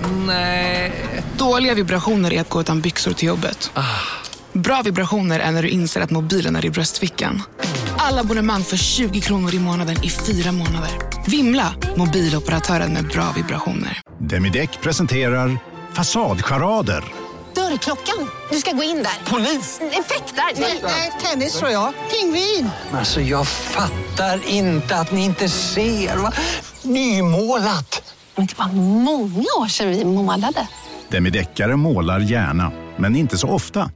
Nej. Dåliga vibrationer är att gå utan byxor till jobbet. Bra vibrationer är när du inser att mobilen är i bröstfickan. Alla abonnemang för 20 kronor i månaden i 4 månader. Vimla, mobiloperatören med bra vibrationer. Demideck presenterar Fasadcharader. Dörrklockan, du ska gå in där. Polis? Effektar? Nej, tennis tror jag. Pingvin. Alltså jag fattar inte att ni inte ser. Va? Nymålat. Men det var många år sedan vi målade. Demideckare målar gärna, men inte så ofta.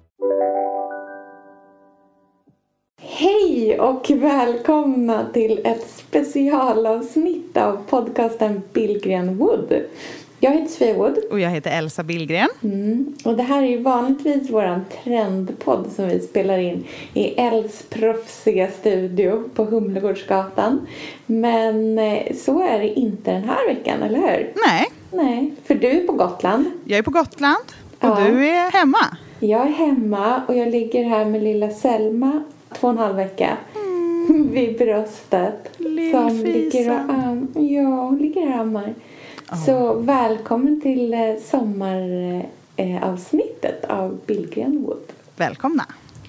Hej och välkomna till ett specialavsnitt av podcasten Billgren Wood. Jag heter Sofia Wood. Och jag heter Elsa Billgren. Och det här är ju vanligtvis våran trendpodd som vi spelar in i Els proffsiga studio på Humlegårdsgatan. Men så är det inte den här veckan, eller hur? Nej, för du är på Gotland. jag är på Gotland och du är hemma. Jag är hemma och jag ligger här med lilla Selma, 2,5 vecka. Vid bröstet. Som ligger och ammar. Så välkommen till sommaravsnittet av Billgren Wood. Välkomna.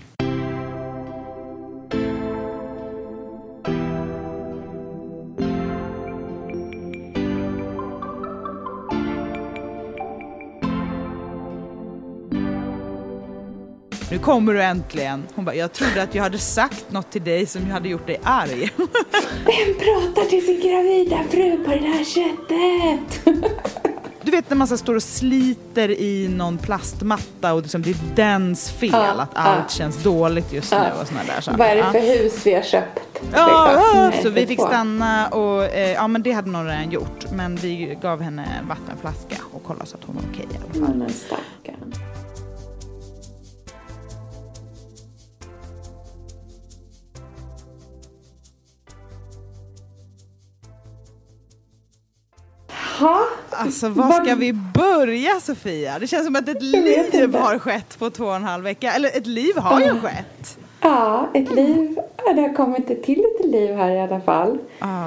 Nu kommer du äntligen. Hon bara, jag trodde att jag hade sagt något till dig som jag hade gjort dig arg. Vem pratar till sin gravida fru på det här sättet? Du vet när man så står och sliter i någon plastmatta och liksom det är dens fel att allt känns dåligt just nu och såna där saker. Vad är det för hus vi har köpt? Så vi fick stanna och men det hade någon redan gjort. Men vi gav henne en vattenflaska och kollade så att hon var okej i alla fall. Men stackarn. Alltså, var ska vi börja, Sofia? Det känns som att ett liv har skett på 2,5 vecka. Eller ett liv har ju skett. Ja, ett liv. Det har kommit till ett liv här i alla fall.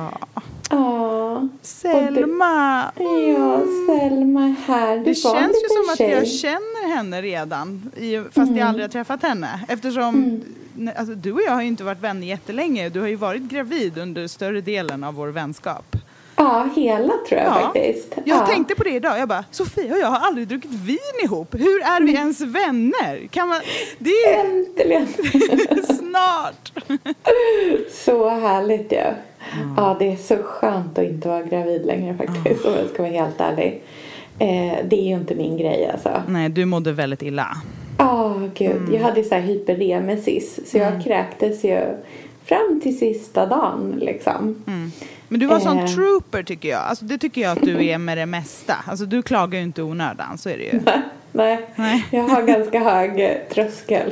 Selma. Ja, Selma är här. Det känns ju som att jag känner henne redan. Fast jag aldrig har träffat henne. Eftersom alltså, du och jag har ju inte varit vänner jättelänge. Du har ju varit gravid under större delen av vår vänskap. Ja, hela tror jag faktiskt. Jag tänkte på det idag. Jag bara, Sofia och jag har aldrig druckit vin ihop. Hur är vi ens vänner? Kan man... Det är... Äntligen. Snart. Så härligt ju. Ja, det är så skönt att inte vara gravid längre faktiskt. Om jag ska vara helt ärlig. Det är ju inte min grej alltså. Nej, du mådde väldigt illa. Gud. Jag hade så här hyperemesis. Så jag kräktes ju fram till sista dagen liksom. Men du var sån trooper tycker jag. Alltså det tycker jag att du är med det mesta. Alltså du klagar ju inte onödan, så är det ju. Nej. Jag har ganska hög tröskel.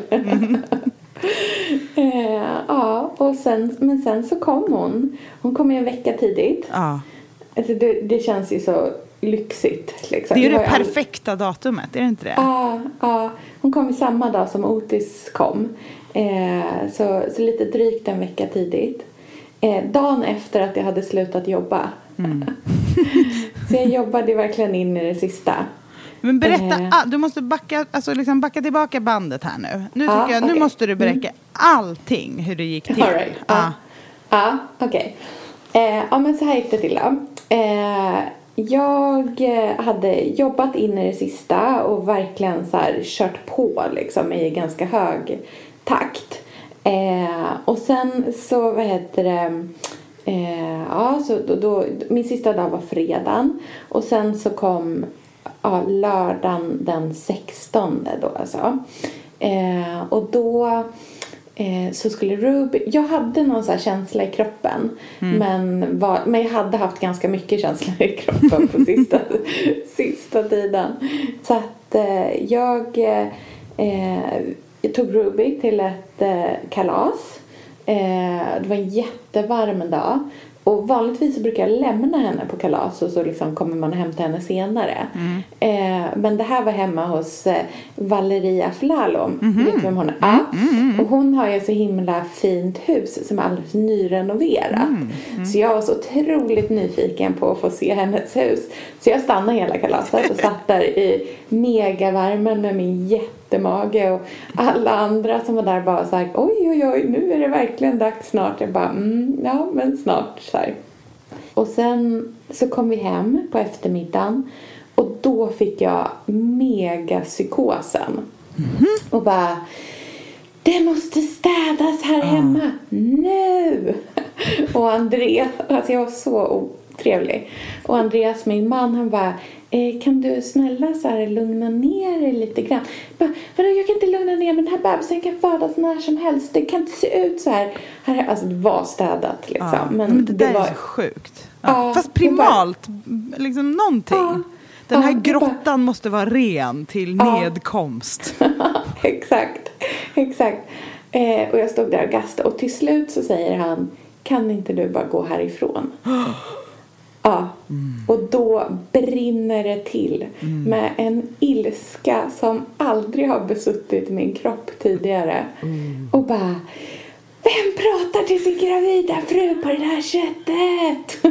Men sen så kom hon. Hon kom en vecka tidigt. Alltså det känns ju så lyxigt liksom. Det är ju det perfekta datumet, är det inte det? Ja. Hon kom i samma dag som Otis kom. Så lite drygt en vecka tidigt. Dagen efter att jag hade slutat jobba. Så jag jobbade verkligen in i det sista. Men berätta, du måste backa tillbaka bandet här nu. Nu tycker jag, nu måste du berätta allting hur det gick till. All right. Okej. Men så här gick det till då. Jag hade jobbat in i det sista och verkligen så här kört på liksom i ganska hög takt. Och sen så så då min sista dag var fredagen och sen så kom lördagen den 16 då alltså. Och då så skulle Ruby, jag hade någon så här känsla i kroppen men jag hade haft ganska mycket känsla i kroppen på sista tiden. Så att jag tog Ruby till ett kalas. Det var en jättevarm dag. Och vanligtvis så brukar jag lämna henne på kalas och så liksom kommer man hämta henne senare. Men det här var hemma hos Valeria Flalom. Vet du vem hon är? Ja. Och hon har ju så himla fint hus som är alldeles nyrenoverat. Så jag var så otroligt nyfiken på att få se hennes hus. Så jag stannade hela kalaset och satt där i megavärmen med min jättemage. Och alla andra som var där bara så här, oj, nu är det verkligen dags snart. Jag bara, ja men snart så här. Och sen så kom vi hem på eftermiddagen. Och då fick jag megapsykosen. Och bara, det måste städas här hemma nu. Och Andreas, alltså jag var så otrevlig. Och Andreas, min man, han bara, kan du snälla så här lugna ner dig lite grann? Jag kan inte lugna ner, men den här bebisen kan födas när som helst. Det kan inte se ut så här. Alltså det var städat liksom. Ja, men det där är så sjukt. Ja. Fast primalt, liksom någonting. Ja. Den här grottan måste vara ren till nedkomst. Exakt. Och jag stod där och gastade. Och till slut så säger han, kan inte du bara gå härifrån? Ja. Och då brinner det till med en ilska som aldrig har besuttit min kropp tidigare. Och bara, vem pratar till sin gravida fru på det här sättet?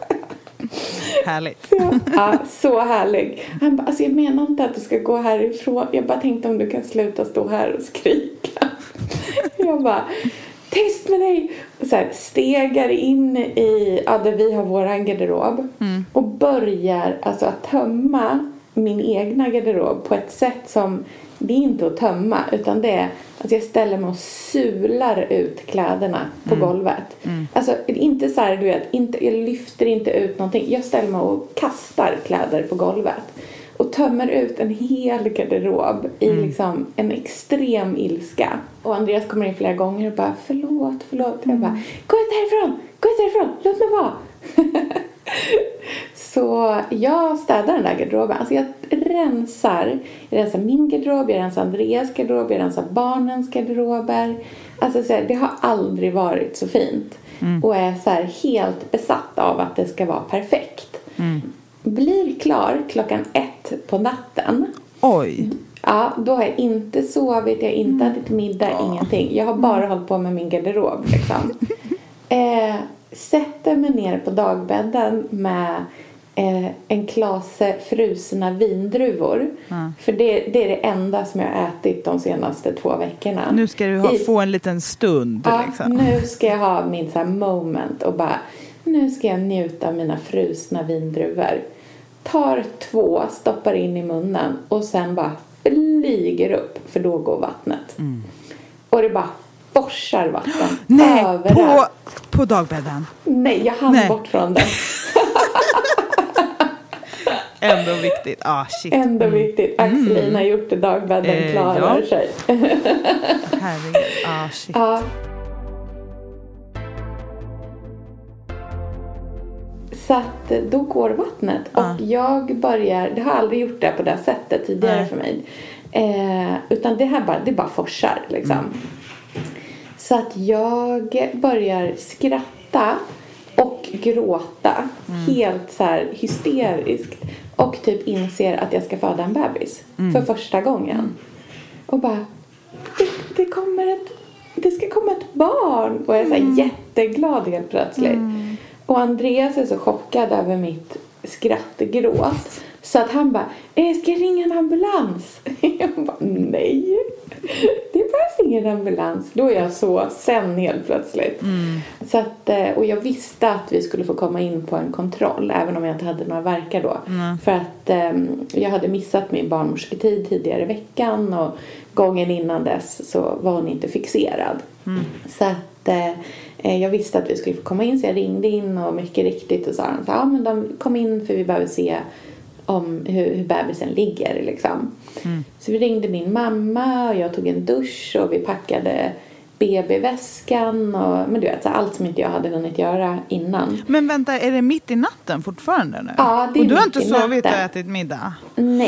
Härligt. Ja, så härlig. Han bara, alltså jag menar inte att du ska gå härifrån. Jag bara tänkte om du kan sluta stå här och skrika. Jag bara, tyst med dig. Och så här, stegar in i, där vi har våran garderob. Och börjar alltså att tömma min egna garderob på ett sätt som, det är inte att tömma, utan det är att jag ställer mig och sular ut kläderna på golvet. Alltså inte så här, du vet, jag lyfter inte ut någonting. Jag ställer mig och kastar kläder på golvet. Och tömmer ut en hel garderob i liksom en extrem ilska. Och Andreas kommer in flera gånger och bara, förlåt. Jag bara, gå ut härifrån, låt mig vara. Så jag städar den där garderoben. Alltså jag rensar min garderob, jag rensar Andreas garderob, jag rensar barnens garderober. Alltså så här, det har aldrig varit så fint. Och är så här helt besatt av att det ska vara perfekt. Blir klar 1:00 på natten. Oj. Ja, då har jag inte sovit, jag har inte ätit middag, ingenting. Jag har bara hållit på med min garderob liksom. Sätter mig ner på dagbädden med en klase frusna vindruvor. För det är det enda som jag har ätit de senaste 2 veckorna. Nu ska du få en liten stund. Ja, liksom. Nu ska jag ha min så här moment och bara, nu ska jag njuta av mina frusna vindruvor. Tar 2, stoppar in i munnen och sen bara flyger upp, för då går vattnet. Och det bara forsar vatten. Nej, på dagbädden. Nej, jag hann bort från den. Ändå viktigt. Shit. Ändå viktigt. Axelina har gjort det, dagbädden klarar sig. Herregud. Shit. Ja. Så att då går vattnet. Och jag börjar, det har aldrig gjort det på det sättet tidigare för mig. Utan det bara forsar liksom. Så att jag börjar skratta och gråta helt så här hysteriskt. Och typ inser att jag ska föda en bebis för första gången. Och bara, det ska komma ett barn. Och jag är så här jätteglad helt plötsligt. Och Andreas är så chockad över mitt skrattgråt. Så att han bara, ska jag ringa en ambulans? Jag bara, nej. Det behövs ingen ambulans. Då är jag så sen helt plötsligt. Så att, och jag visste att vi skulle få komma in på en kontroll. Även om jag inte hade några verkar då. För att jag hade missat min barnmorsketid tidigare i veckan. Och gången innan dess så var hon inte fixerad. Så att jag visste att vi skulle få komma in. Så jag ringde in och mycket riktigt. Och sa han, ja men de kom in för vi behöver se om hur bebisen ligger liksom. Så vi ringde min mamma och jag tog en dusch och vi packade BB-väskan och, men du vet, så allt som inte jag hade hunnit göra innan. Men vänta, är det mitt i natten fortfarande nu? Ja, det är. Och du har inte sovit och ätit middag? Nej.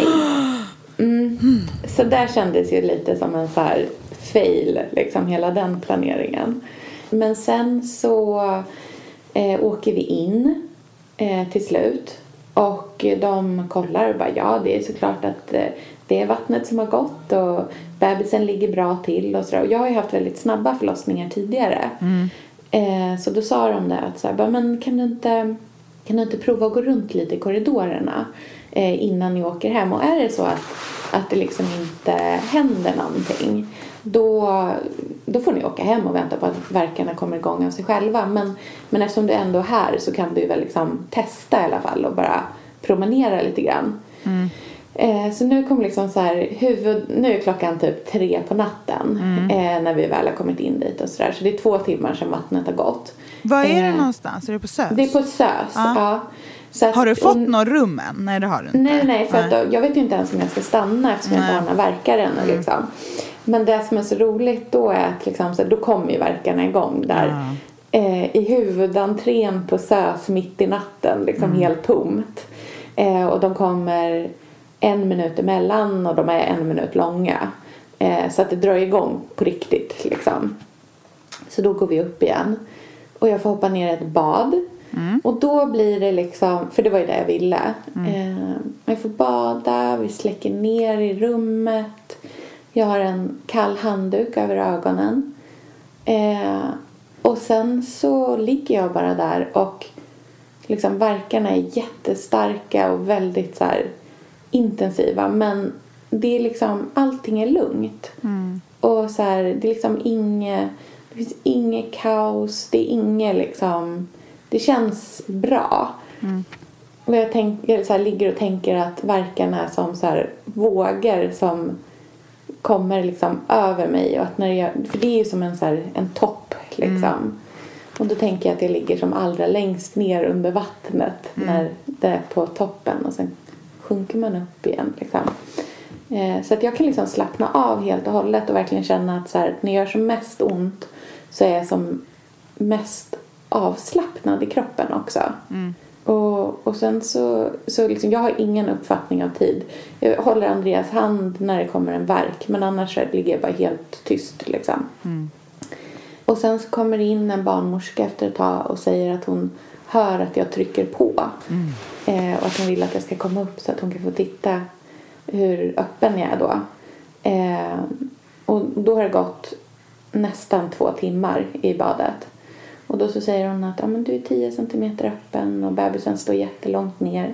Så där kändes ju lite som en så här fail liksom, hela den planeringen. Men sen så åker vi in till slut. Och de kollar och bara, ja, det är såklart att det är vattnet som har gått och bebisen ligger bra till och sådär. Och jag har ju haft väldigt snabba förlossningar tidigare. Så då sa de det att så här, men kan du inte prova att gå runt lite i korridorerna innan ni åker hem? Och är det så att det liksom inte händer någonting, då får ni åka hem och vänta på att värkarna kommer igång av sig själva. Men eftersom du ändå är här så kan du väl liksom testa i alla fall och bara promenera lite grann. Så nu kommer liksom så här nu är klockan typ 3 på natten när vi väl har kommit in dit och sådär. Så det är 2 timmar sedan vattnet har gått. Var är det någonstans? Är det på SÖS? Det är på SÖS, ja. Så att, har du fått något rum än? Nej, det har du inte. Nej, för att jag vet ju inte ens om jag ska stanna eftersom jag inte har några värkare ännu liksom. Men det som är så roligt då är att liksom, så då kommer ju värkarna igång där. I huvudentrén på SÖS mitt i natten, liksom helt tomt. Och de kommer 1 minut emellan och de är 1 minut långa. Så att det drar igång på riktigt liksom. Så då går vi upp igen. Och jag får hoppa ner i ett bad. Och då blir det liksom, för det var ju det jag ville. Jag får bada, vi släcker ner i rummet. Jag har en kall handduk över ögonen. Och sen så ligger jag bara där och liksom värkarna är jättestarka och väldigt så här intensiva. Men det är liksom, allting är lugnt. Och så här, det är liksom det finns inget kaos. Det är inget liksom, det känns bra. Och jag så här, ligger och tänker att värkarna är som så här vågor som kommer liksom över mig. Och att för det är ju som en topp liksom. Och då tänker jag att jag ligger som allra längst ner under vattnet när det är på toppen. Och sen sjunker man upp igen liksom. Så att jag kan liksom slappna av helt och hållet och verkligen känna att så här, när jag gör som mest ont så är jag som mest avslappnad i kroppen också. Och sen så liksom, jag har ingen uppfattning av tid. Jag håller Andreas hand när det kommer en värk, men annars ligger jag bara helt tyst liksom. Och sen så kommer in en barnmorska efter ett tag och säger att hon hör att jag trycker på. Och att hon vill att jag ska komma upp så att hon kan få titta hur öppen jag är då. Och då har det gått nästan 2 timmar i badet. Och då så säger hon att men du är 10 centimeter öppen och bebisen står jättelångt ner.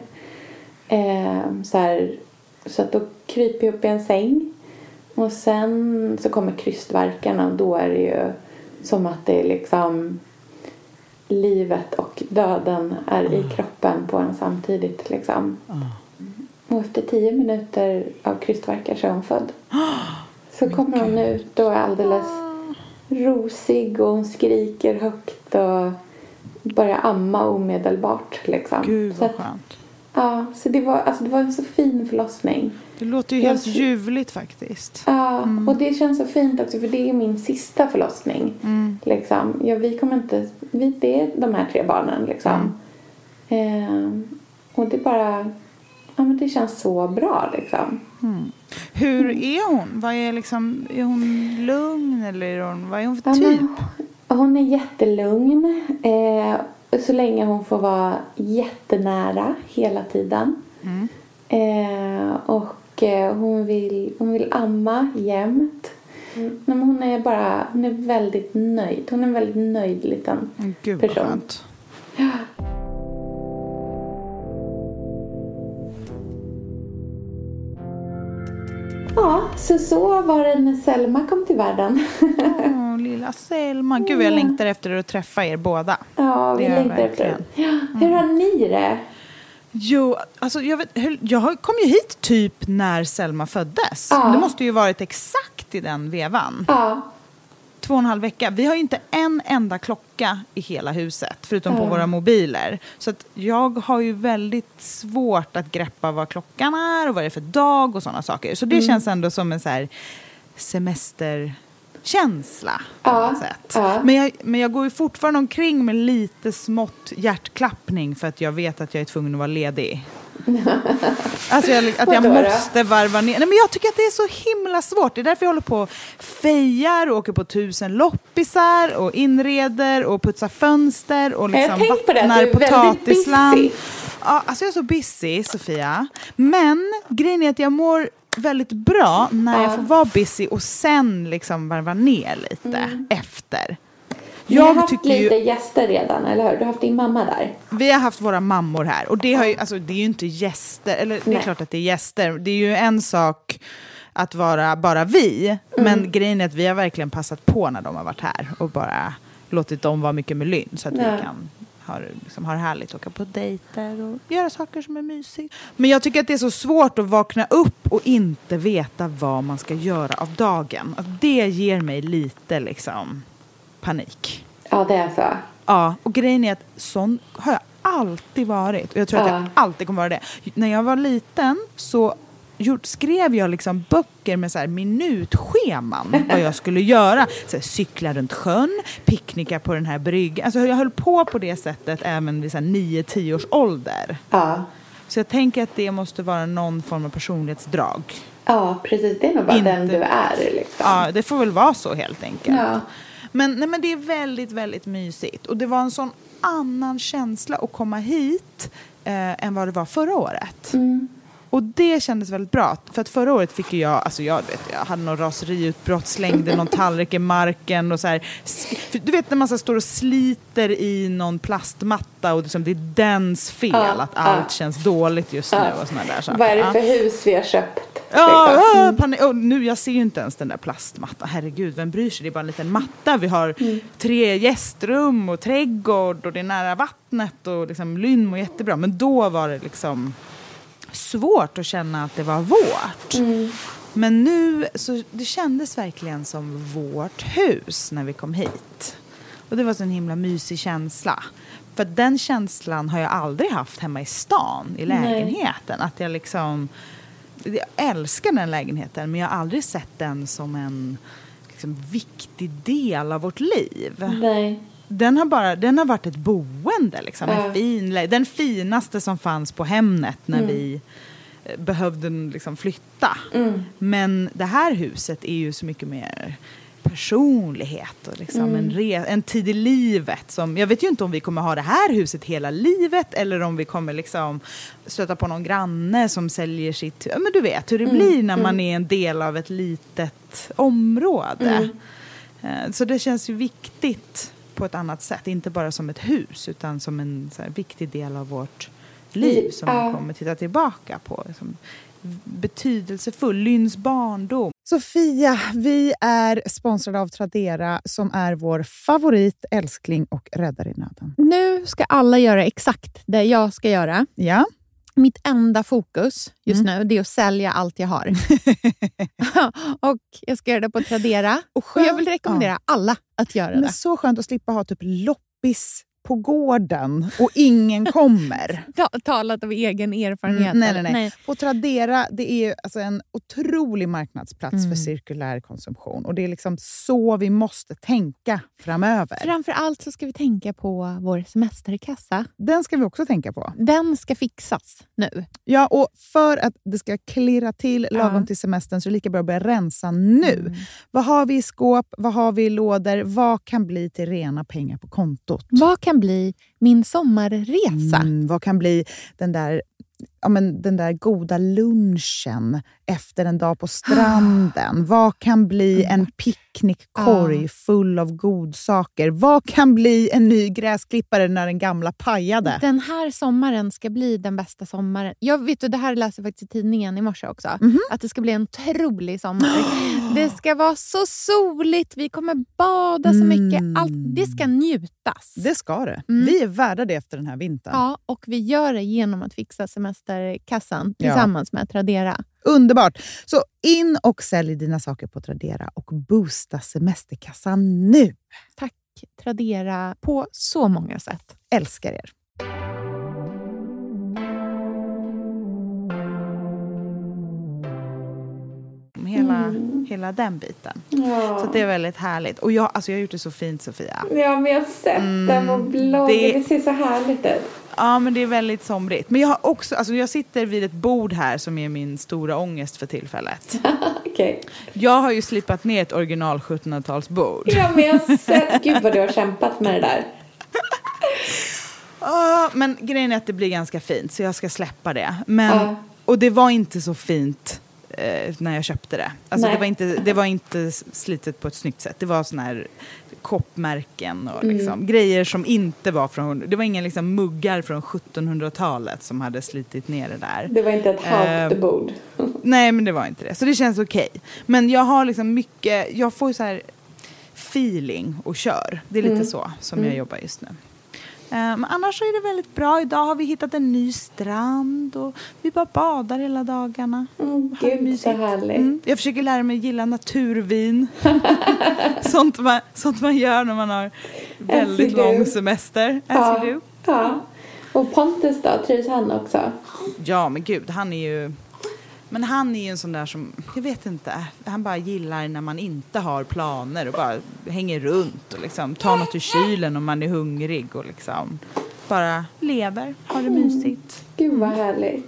Så att då kryper jag upp i en säng. Och sen så kommer krystvärkarna och då är det ju som att det är liksom livet och döden är i kroppen på en samtidigt liksom. Och efter 10 minuter av krystvärkar så är hon född. Så kommer hon ut och är alldeles rosig och hon skriker högt och börjar amma omedelbart liksom. Gud vad skönt. Ja, så det var en så fin förlossning. Det låter ju helt ljuvligt faktiskt. Ja, och det känns så fint också för det är min sista förlossning. Liksom. Ja, vi det är de här 3 barnen liksom. Och det bara, men det känns så bra liksom. Hur är hon? Vad är liksom, är hon lugn eller vad är hon för typ? Hon är jättelugn. Så länge hon får vara jättenära hela tiden. Och hon vill amma jämt. Men hon är väldigt nöjd. Hon är en väldigt nöjd liten person. Skönt. Ja. Ja, så var det när Selma kom till världen. Lilla Selma. Gud, jag längtar efter att träffa er båda. Ja, vi längtar efter det. Ja, hur har ni det? Jo, alltså jag kom ju hit typ när Selma föddes. Ja. Det måste ju varit exakt i den vevan. Ja. 2,5 vecka. Vi har ju inte en enda klocka i hela huset, förutom på våra mobiler. Så att jag har ju väldigt svårt att greppa vad klockan är och vad det är för dag och sådana saker. Så det känns ändå som en så här semesterkänsla på något sätt. Ja. Men jag går ju fortfarande omkring med lite smått hjärtklappning för att jag vet att jag är tvungen att vara ledig. Alltså att jag måste varva ner. Nej, men jag tycker att det är så himla svårt. Det är därför jag håller på fejar och åker på 1000 loppisar och inreder och putsar fönster och liksom vattnar potatisland. Ja, alltså jag är så busy, Sofia. Men grejen är att jag mår väldigt bra när jag får vara busy och sen liksom varva ner lite efter. Jag har haft lite gäster redan, eller hur? Du har haft din mamma där. Vi har haft våra mammor här. Och det, har ju, alltså, det är ju inte gäster. Eller det är klart att det är gäster. Det är ju en sak att vara bara vi. Men grejen är att vi har verkligen passat på när de har varit här. Och bara låtit dem vara mycket med Lynn. Så att vi kan ha det härligt. Åka på dejter och göra saker som är mysigt. Men jag tycker att det är så svårt att vakna upp och inte veta vad man ska göra av dagen. Att det ger mig lite liksom panik. Ja, det är så. Ja, och grejen är att sån har jag alltid varit. Och jag tror att jag alltid kommer vara det. När jag var liten så skrev jag liksom böcker med så här minutscheman vad jag skulle göra. Så här, cykla runt sjön, picknicka på den här bryggan. Alltså jag höll på det sättet även vid 9-10 års ålder. Ja. Så jag tänker att det måste vara någon form av personlighetsdrag. Ja, precis. Det är nog bara den du är. Liksom. Ja, det får väl vara så helt enkelt. Ja. Men det är väldigt, väldigt mysigt. Och det var en sån annan känsla att komma hit än vad det var förra året. Mm. Och det kändes väldigt bra. För att förra året fick jag hade någon raseriutbrott, slängde någon tallrik i marken och så här. Du vet när man så står och sliter i någon plastmatta och liksom, det är dens fel att allt känns dåligt just nu och såna där saker. Vad är det för hus vi har köpt? Nu jag ser ju inte ens den där plastmattan. Herregud, vem bryr sig? Det är bara en liten matta. Vi har 3 gästrum och trädgård och det är nära vattnet och liksom Lynn mår jättebra. Men då var det liksom svårt att känna att det var vårt. Men nu så det kändes verkligen som vårt hus när vi kom hit. Och det var så en himla mysig känsla. För den känslan har jag aldrig haft hemma i stan i lägenheten. Att jag liksom jag älskar den lägenheten men jag har aldrig sett den som en liksom, viktig del av vårt liv. Nej. Den har varit ett boende liksom, den finaste som fanns på Hemnet när vi behövde liksom flytta. Men det här huset är ju så mycket mer personlighet och liksom en tid i livet som, jag vet ju inte om vi kommer ha det här huset hela livet eller om vi kommer liksom stöta på någon granne som säljer sitt, men du vet hur det blir när man är en del av ett litet område. Så det känns ju viktigt på ett annat sätt, inte bara som ett hus utan som en så här viktig del av vårt liv som man kommer titta tillbaka på som betydelsefull, Lynns barndom. Sofia, vi är sponsrade av Tradera som är vår favorit, älskling och räddare i nöden. Nu ska alla göra exakt det jag ska göra. Ja. Mitt enda fokus just nu det är att sälja allt jag har. Och jag ska göra det på Tradera. Och jag vill rekommendera alla att göra det. Så skönt att slippa ha typ loppis på gården och ingen kommer. Talat av egen erfarenhet. Nej. På Tradera, det är alltså en otrolig marknadsplats för cirkulär konsumtion. Och det är liksom så vi måste tänka framöver. Framförallt så ska vi tänka på vår semesterkassa. Den ska vi också tänka på. Den ska fixas nu. Ja, och för att det ska klirra till lagom till semestern så är det lika bra att börja rensa nu. Vad har vi i skåp? Vad har vi i lådor? Vad kan bli till rena pengar på kontot? Vad kan bli min sommarresa? Vad kan bli den där goda lunchen efter en dag på stranden? Vad kan bli en picknickkorg full av godsaker? Vad kan bli en ny gräsklippare när den gamla pajade? Den här sommaren ska bli den bästa sommaren. Jag vet, och det här läser jag faktiskt i tidningen i morse också. Att det ska bli en otrolig sommar. Det ska vara så soligt. Vi kommer bada så mycket. Allt, det ska njutas. Det ska det. Vi är värda det efter den här vintern. Ja, och vi gör det genom att fixa semesterkassan tillsammans med Tradera. Underbart! Så in och sälj dina saker på Tradera och boosta semesterkassan nu. Tack Tradera på så många sätt. Älskar er. Hela den biten. Ja. Så det är väldigt härligt. Och jag har gjort det så fint, Sofia. Ja, men jag har sett den på bloggen. Det ser så härligt ut. Ja, men det är väldigt somrigt. Men jag har också, alltså jag sitter vid ett bord här som är min stora ångest för tillfället. Okay. Jag har ju slipat ner ett original 1700-talsbord. Ja, men jag har sett, gud vad du har kämpat med det där. Men grejen är att det blir ganska fint, så jag ska släppa det. Men, och det var inte så fint när jag köpte det. Alltså det var inte slitet på ett snyggt sätt. Det var såna här koppmärken och liksom, grejer som inte var från... Det var inga liksom muggar från 1700-talet som hade slitit ner det där. Det var inte ett halvt bord. Nej, men det var inte det. Så det känns okej. Men jag har liksom mycket... Jag får så här feeling och kör. Det är lite så som jag jobbar just nu. Men annars så är det väldigt bra. Idag har vi hittat en ny strand och vi bara badar hela dagarna. Gud, så härligt. Jag försöker lära mig gilla naturvin. sånt man gör när man har väldigt lång semester. As you do. Ja. Och Pontus då, trivs han också? Ja, men gud, han är ju... Men han är ju en sån där som, jag vet inte, han bara gillar när man inte har planer och bara hänger runt och liksom tar något ur kylen om man är hungrig och liksom bara lever, har det mysigt. Gud vad härligt.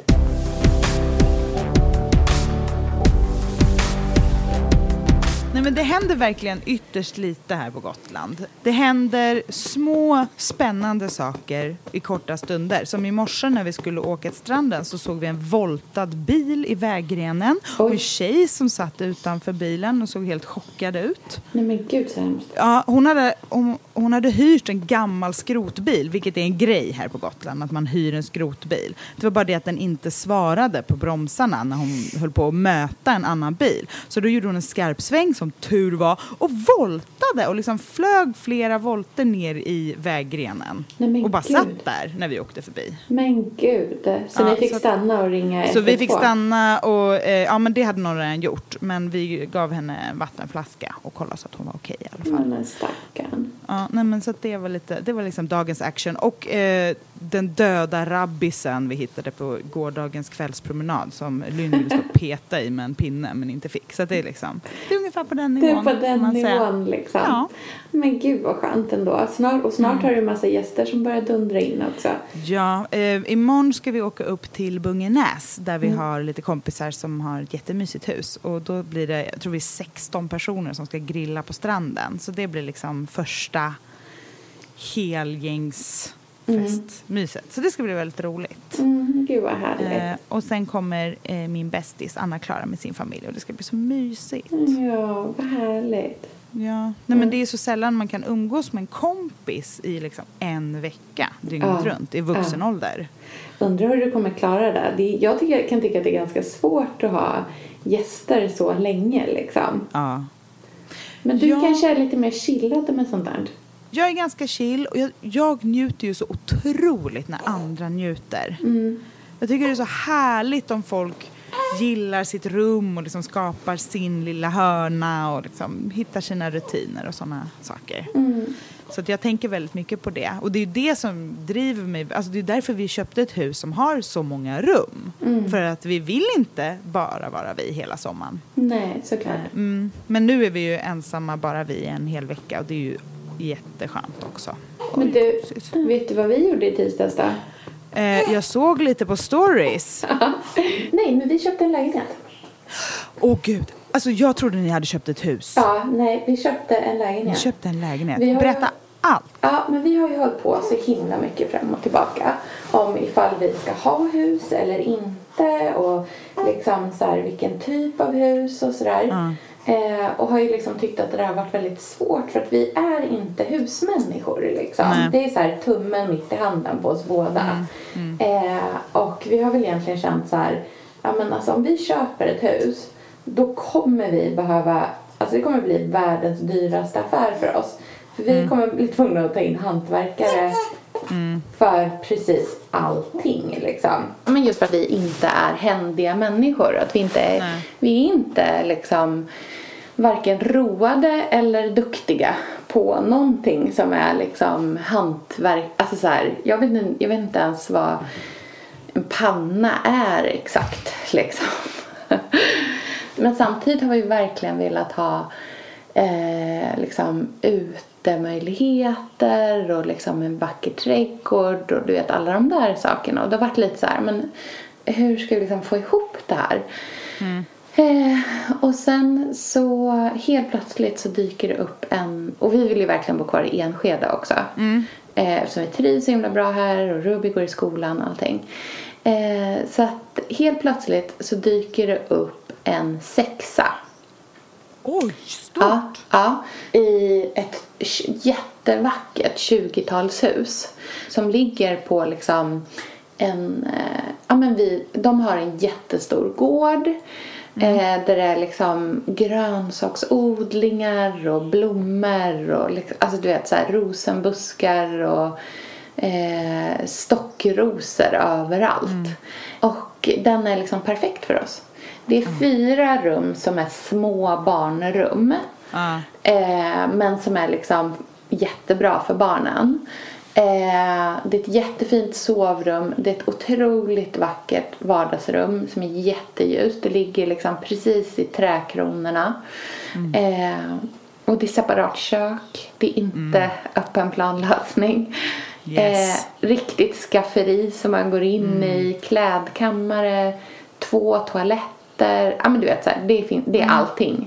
Nej, men det händer verkligen ytterst lite här på Gotland. Det händer små spännande saker i korta stunder. Som i morse när vi skulle åka till stranden så såg vi en voltad bil i vägrenen. Och en tjej som satt utanför bilen och såg helt chockad ut. Nej men gud så hemskt. Ja, hon hade hyrt en gammal skrotbil, vilket är en grej här på Gotland, att man hyr en skrotbil. Det var bara det att den inte svarade på bromsarna när hon höll på att möta en annan bil. Så då gjorde hon en skarpsväng som tur var och voltade och liksom flög flera volter ner i vägrenen. Och bara satt där när vi åkte förbi. Men gud, så ni fick stanna och ringa? Så vi fick stanna och ja, men det hade någon redan gjort, men vi gav henne en vattenflaska och kollade så att hon var okej i alla fall. Men stackarn. Ja, nej, men så att det var liksom dagens action och den döda rabbisen vi hittade på gårdagens kvällspromenad som Lynn ville stå och peta i med en pinne men inte fick. Så att det är liksom, det är ungefär på den nivån. Det är på den nivån liksom. Ja. Men gud vad skönt ändå. Snart har du en massa gäster som börjar dundra in också. Ja, imorgon ska vi åka upp till Bungenäs där vi har lite kompisar som har ett jättemysigt hus. Och då blir det, jag tror vi är 16 personer som ska grilla på stranden. Så det blir liksom första helgängsfestmyset. Så det ska bli väldigt roligt. Gud vad härligt. Och sen kommer min bästis Anna-Klara med sin familj och det ska bli så mysigt. Ja, vad härligt. Ja, nej, men det är så sällan man kan umgås med en kompis i liksom en vecka dygnet runt i vuxen ålder. Undrar hur du kommer klara det. Jag kan tycka att det är ganska svårt att ha gäster så länge liksom. Ja. Men du kanske är lite mer chillad med sånt där. Jag är ganska chill och jag njuter ju så otroligt när andra njuter. Jag tycker det är så härligt om folk gillar sitt rum och liksom skapar sin lilla hörna och liksom hittar sina rutiner och sådana saker. Så att jag tänker väldigt mycket på det. Och det är ju det som driver mig. Alltså det är därför vi köpte ett hus som har så många rum. För att vi vill inte bara vara vi hela sommaren. Nej, såklart. Men nu är vi ju ensamma bara vi en hel vecka och det är ju jätteskönt också. Men du, vet du vad vi gjorde i tisdags då? Jag såg lite på stories. Nej, men vi köpte en lägenhet. Åh gud, alltså jag trodde ni hade köpt ett hus. Ja, nej, vi köpte en lägenhet. Ni köpte en lägenhet. Berätta allt. Ja, men vi har ju hållit på så himla mycket fram och tillbaka om ifall vi ska ha hus eller inte och liksom så här, vilken typ av hus och sådär. Och har ju liksom tyckt att det där har varit väldigt svårt för att vi är inte husmänniskor liksom. Det är så här tummen mitt i handen på oss båda. Och vi har väl egentligen känt så här, ja men alltså om vi köper ett hus då kommer vi behöva, alltså det kommer bli världens dyraste affär för oss. För vi kommer bli tvungna att ta in hantverkare för precis allting liksom. Men just för att vi inte är händiga människor. Att vi är inte liksom varken roade eller duktiga på någonting som är liksom hantverk. Alltså så här, jag vet inte ens vad en panna är exakt liksom. Men samtidigt har vi verkligen velat ha liksom utemöjligheter och liksom en vacker trädgård och du vet alla de där sakerna. Och det har varit lite så här, men hur ska vi liksom få ihop det här? Och sen så helt plötsligt så dyker det upp och vi vill ju verkligen bo kvar i Enskede också. Eftersom vi trivs så himla bra här och Ruby går i skolan och allting. Så att helt plötsligt så dyker det upp en 6:a. Oj, stort! Ja, i ett jättevackert 20-talshus som ligger på liksom de har en jättestor gård där det är liksom grönsaksodlingar och blommor och liksom, alltså du vet så här rosenbuskar och stockrosor överallt. Och den är liksom perfekt för oss. Det är 4 rum som är små barnrum. Men som är liksom jättebra för barnen. Det är ett jättefint sovrum. Det är ett otroligt vackert vardagsrum som är jätteljust. Det ligger liksom precis i träkronorna. Och det är separat kök. Det är inte öppen planlösning. Riktigt skafferi som man går in i. Klädkammare. 2 toaletter. Ja men du vet så här, det är allting.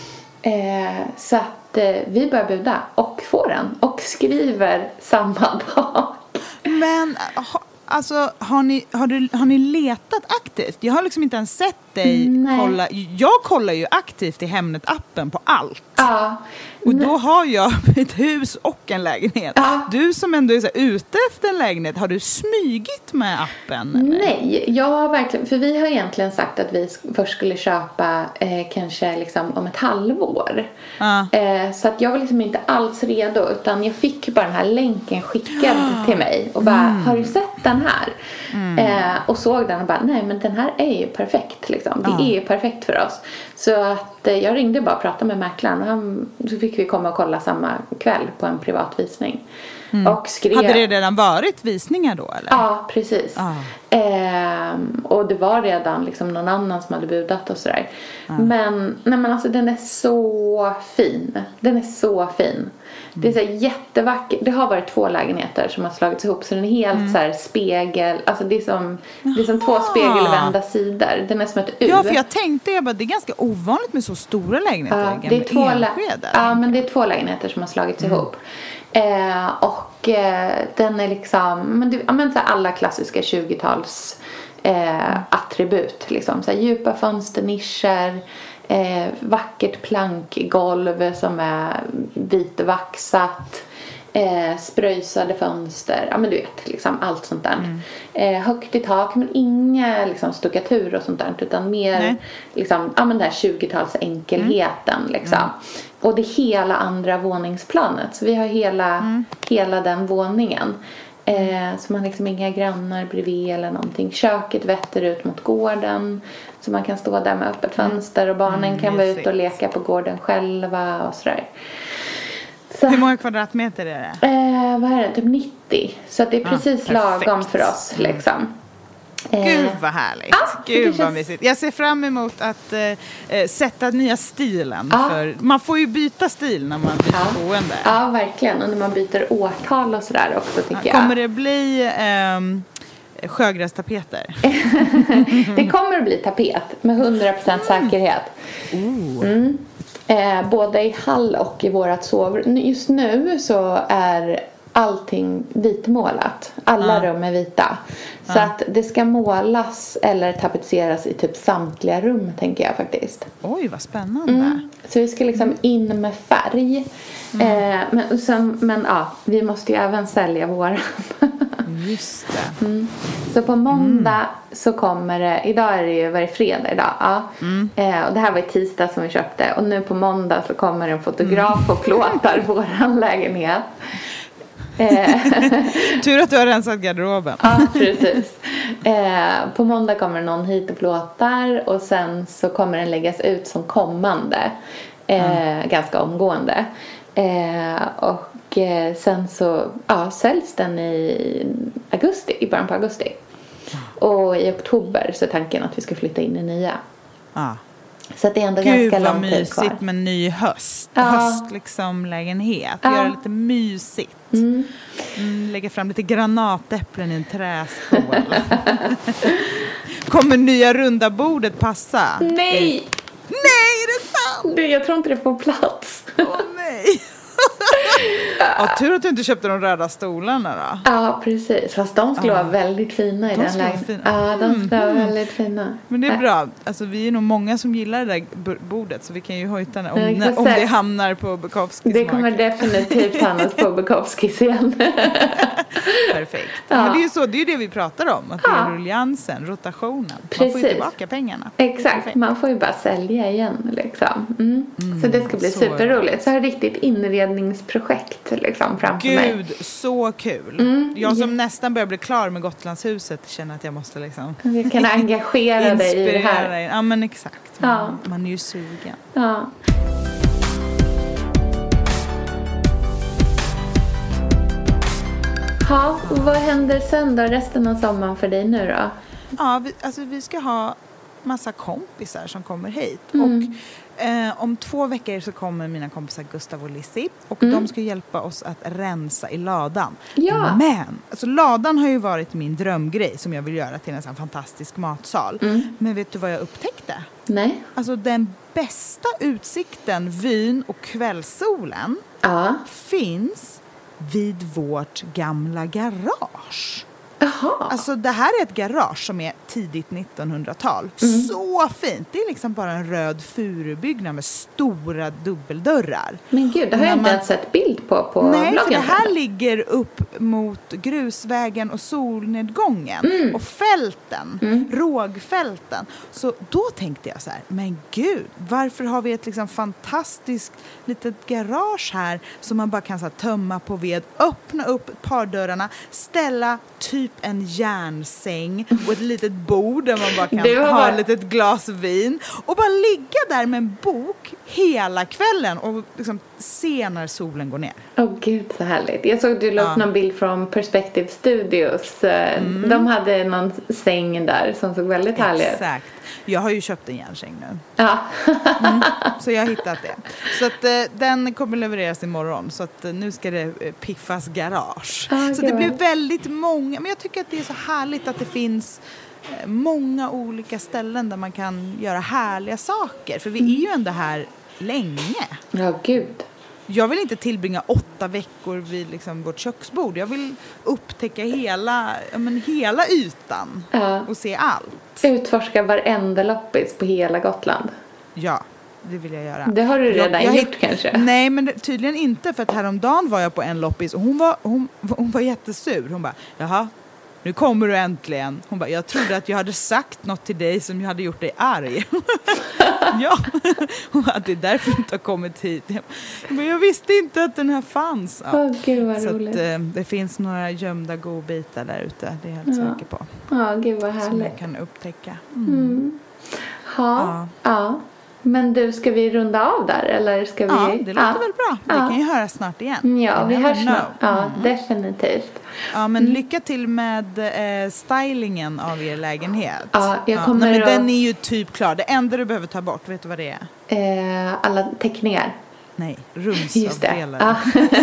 Så att vi börjar buda och får den och skriver samma dag. Men alltså har ni letat aktivt? Jag har liksom inte ens sett dig kolla. Jag kollar ju aktivt i Hemnet-appen på allt. Och då har jag ett hus och en lägenhet. Du som ändå är så ute efter en lägenhet, har du smygit med appen? Eller? Nej, jag har verkligen, för vi har egentligen sagt att vi först skulle köpa kanske liksom om ett halvår. Så att jag var liksom inte alls redo, utan jag fick bara den här länken skickad till mig och bara, har du sett den här? Och såg den och bara, nej men den här är ju perfekt liksom. Det är ju perfekt för oss. Så att jag ringde bara och pratade med mäklaren och så fick vi komma och kolla samma kväll på en privatvisning. Och skrev... Hade det redan varit visningar då eller? Ja, precis. Och det var redan liksom någon annan som hade budat och sådär. Men, nej, men alltså den är så fin. Den är så fin. Det är så jättevackert. Det har varit 2 lägenheter som har slagits ihop. Så den är helt så här spegel. Alltså det är som 2 spegelvända sidor. Den är som ett U. Ja, för jag tänkte det är ganska ovanligt med så stora lägenheter. Det är 2 men det är 2 lägenheter som har slagits ihop. Och den är liksom men så alla klassiska 20-tals attribut liksom. Så här, djupa fönsternischer, vackert plankgolv som är vitvaxat, spröjsade fönster, ja men du vet liksom allt sånt där. Högt i tak men inga liksom stuckatur och sånt där, utan mer liksom ja men där 20-tals enkelheten liksom. Och det är hela andra våningsplanet, så vi har hela den våningen. Så man liksom inga grannar bredvid eller någonting. Köket vetter ut mot gården, så man kan stå där med öppet fönster och barnen kan vara ute och leka på gården själva och sådär. Så, hur många kvadratmeter är det? Vad är det? Typ 90. Så att det är precis lagom för oss liksom. Gud vad härligt. Gud vad mysigt. Jag ser fram emot att sätta nya stilen. För man får ju byta stil när man byter boende. Ja, verkligen. Och när man byter årtal och sådär också tycker jag. Kommer det bli sjögrästapeter? Det kommer att bli tapet med 100% säkerhet. Både i hall och i vårat sovrum. Just nu så är allting vitmålat. Alla rum är vita. Så att det ska målas eller tapetseras i typ samtliga rum, tänker jag faktiskt. Oj, vad spännande. Så vi ska liksom in med färg. Men vi måste ju även sälja våra. Just det. Så på måndag så kommer det, idag är det ju, vad är fredag idag? Och det här var i tisdag som vi köpte. Och nu på måndag så kommer en fotograf och plåtar våran lägenhet. Tur att du har rensat garderoben. Ja, precis. På måndag kommer någon hit och plåtar. Och sen så kommer den läggas ut som kommande. Ganska omgående. Och sen så säljs den i början på augusti. Och i oktober så är tanken att vi ska flytta in i nya. Så att det är ändå ganska lång tid kvar. Gud vad mysigt med ny höst. Ja. Höst liksom lägenhet. Göra lite mysigt. Lägga fram lite granatäpplen i en träskål. Kommer nya runda bordet passa? Nej! Nej, är det sant? Jag tror inte det får plats. Nej. Tur att du inte köpte de röda stolarna då. Ja, precis. Fast de skulle vara väldigt fina i den lägenheten. Ja, de skulle vara väldigt fina. Men det är bra. Alltså, vi är nog många som gillar det där bordet. Så vi kan ju hojta om det hamnar på Bukowskis. Det kommer definitivt hamnas på Bukowskis igen. Perfekt. Men det är ju så, det är ju det vi pratar om. Att det är rulliansen, rotationen. Precis. Man får ju tillbaka pengarna. Exakt, Perfekt. man får ju bara sälja igen liksom. Så det ska bli superroligt. Så här riktigt inredningsprojekt liksom framför mig. Gud, så kul. Jag som nästan börjar bli klar med Gotlandshuset känner att jag måste liksom Vi kan engagera dig i det här. dig. Ja, men exakt. Man är ju sugen. Ja. Ja, och vad händer sen då, resten av sommaren för dig nu då? Ja, vi ska ha massa kompisar som kommer hit. Och om 2 veckor så kommer mina kompisar Gustav och Lizzie. Och de ska hjälpa oss att rensa i ladan. Ja. Men, alltså ladan har ju varit min drömgrej som jag vill göra till en sån fantastisk matsal. Men vet du vad jag upptäckte? Nej. Alltså den bästa utsikten, vyn och kvällssolen finns vid vårt gamla garage. Jaha. Alltså det här är ett garage som är tidigt 1900-tal. Så fint. Det är liksom bara en röd furubyggnad med stora dubbeldörrar. Men gud, det har jag inte ens sett bild på Nej, bloggen. för det här ligger upp mot grusvägen och solnedgången. Och fälten, rågfälten. Så då tänkte jag så här, men gud, varför har vi ett liksom fantastiskt litet garage här som man bara kan så här, tömma på ved, öppna upp ett par dörrarna, ställa typ en järnsäng och ett litet bord där man bara kan ha ett litet glas vin och bara ligga där med en bok hela kvällen och liksom se när solen går ner. Gud, så härligt. Jag såg du la upp någon bild från Perspective Studios. De hade någon säng där som såg väldigt härlig ut. Exakt. Jag har ju köpt en järnsäng nu. Ja. Så jag har hittat det. Så att den kommer levereras imorgon. Så att nu ska det piffas garage. Så det blir väldigt många. Men jag tycker att det är så härligt att det finns många olika ställen där man kan göra härliga saker. För vi är ju ändå här länge. Ja, gud. Jag vill inte tillbringa 8 veckor vid liksom vårt köksbord. Jag vill upptäcka hela ytan och se allt. Utforska varenda loppis på hela Gotland. Ja, det vill jag göra. Det har du redan gjort kanske? Nej, men tydligen inte. För att häromdagen var jag på en loppis och hon var jättesur. Hon bara, jaha, nu kommer du äntligen. Hon bara, jag trodde att jag hade sagt något till dig som jag hade gjort dig arg. Ja, hon bara, det är därför du inte har kommit hit. Men jag visste inte att den här fanns. Ja. Gud vad så roligt. att, det finns några gömda godbitar där ute. Det är jag helt säker på. Ja, gud vad härligt. Som jag kan upptäcka. Ja. Men du, ska vi runda av där? Eller ska vi... Ja, det låter väl bra. Vi kan ju höra snart igen. Ja, vi hörs snart. Ja, definitivt. Ja, men lycka till med stylingen av er lägenhet. Ja, jag kommer men den är ju typ klar. Det enda du behöver ta bort, vet du vad det är? Alla teckningar. Nej, rumsavdelare.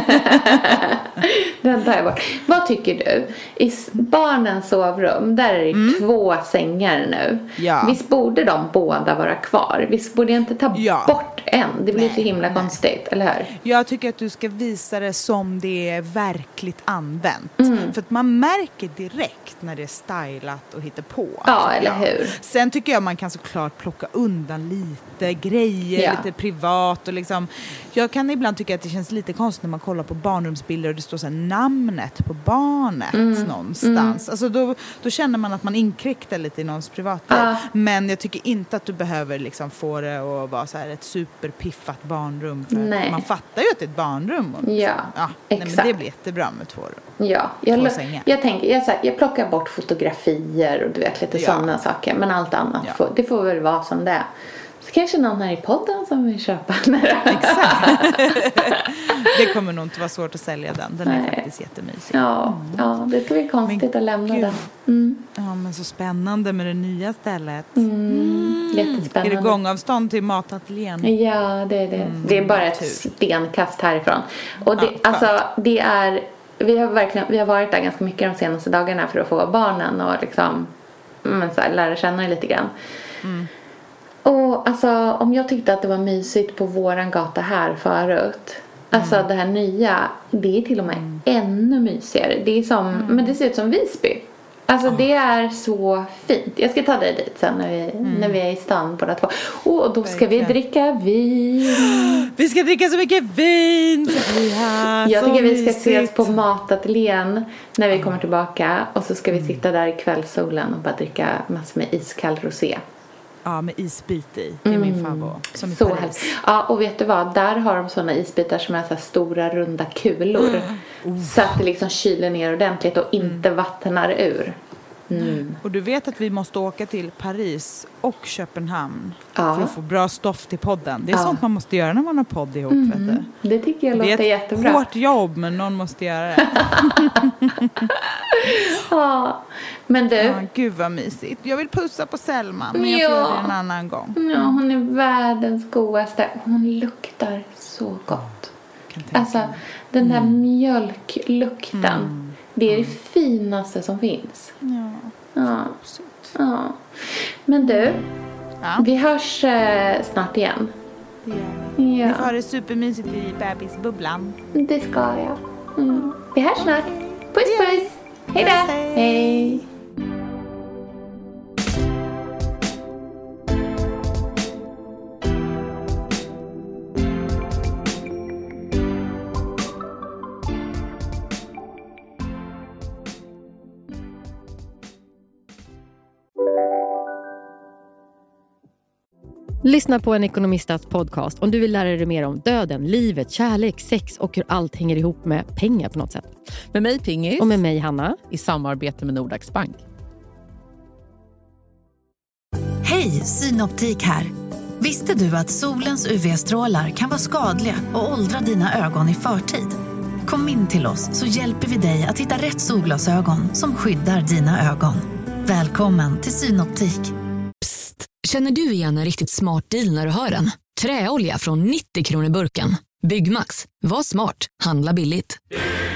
Den tar jag bort. Vad tycker du? I barnens sovrum, där är det 2 sängar nu. Ja. Visst borde de båda vara kvar? Visst borde jag inte ta bort en? Det blir så himla konstigt, eller hur? Jag tycker att du ska visa det som det är verkligt använt. För att man märker direkt när det är stylat och hittar på. Ja, eller hur? Sen tycker jag man kan såklart plocka undan lite grejer, lite privat och liksom. Jag kan ibland tycka att det känns lite konstigt när man kollar på barnrumsbilder och det står så här namnet på barnet någonstans. Alltså då känner man att man inkräktar lite i någons privatliv. Men jag tycker inte att du behöver liksom få det att vara så här ett superpiffat barnrum. För man fattar ju att det är ett barnrum. Och exakt. Nej, men det blir jättebra med 2 rum. Ja, jag plockar bort fotografier och du vet lite sådana saker. Men allt annat, det får väl vara som det är. Så kanske någon här i podden som vill köpa den. Exakt. Det kommer nog inte vara svårt att sälja den. Den är faktiskt jättemysig. Ja, det ska bli konstigt att lämna den. Ja, men så spännande med det nya stället. Jättespännande. Är det gångavstånd till matateljén? Ja, det är det. Det är bara ett stenkast härifrån. Och det, alltså, det är... Vi har varit där ganska mycket de senaste dagarna för att få barnen och liksom, så här, lära känna lite grann. Och alltså, om jag tyckte att det var mysigt på våran gata här förut, alltså det här nya, det är till och med ännu mysigare. Det är som, men det ser ut som Visby. Alltså det är så fint. Jag ska ta dig dit sen när vi är i stan båda två. Och då ska vi dricka vin. Vi ska dricka så mycket vin. Jag tycker vi ska ses på matateljén när vi kommer tillbaka. Och så ska vi sitta där i kvällssolen och bara dricka massor med iskall rosé. Ja, med isbit i. Det är min favorit. Som i Så Paris. härligt. Ja, och vet du vad? Där har de såna isbitar som är så här stora runda kulor. Så att det liksom kyler ner ordentligt och inte vattnar ur. Och du vet att vi måste åka till Paris och Köpenhamn för att få bra stoff till podden. Det är sånt man måste göra när man har podd ihop. Vet du? Det tycker jag låter jättebra. Det är ett hårt jobb, men någon måste göra det. Ja, men du. Ja, gud vad mysigt. Jag vill pussa på Selma, men jag får göra det en annan gång. Ja, hon är världens godaste. Hon luktar så gott. Alltså, den där mjölklukten. Det är det finaste som finns. Ja. Men du, vi hörs snart igen. Ja. Vi får ha det supermysigt i bebisbubblan. Det ska jag. Vi hörs snart. Puss. Hej då. Hej. Lyssna på en ekonomistats podcast om du vill lära dig mer om döden, livet, kärlek, sex och hur allt hänger ihop med pengar på något sätt. Med mig Pingis. Och med mig Hanna. I samarbete med Nordax Bank. Hej, Synoptik här. Visste du att solens UV-strålar kan vara skadliga och åldra dina ögon i förtid? Kom in till oss så hjälper vi dig att hitta rätt solglasögon som skyddar dina ögon. Välkommen till Synoptik. Psst, känner du igen en riktigt smart deal när du hör den? Träolja från 90 kronor burken. Byggmax, var smart, handla billigt.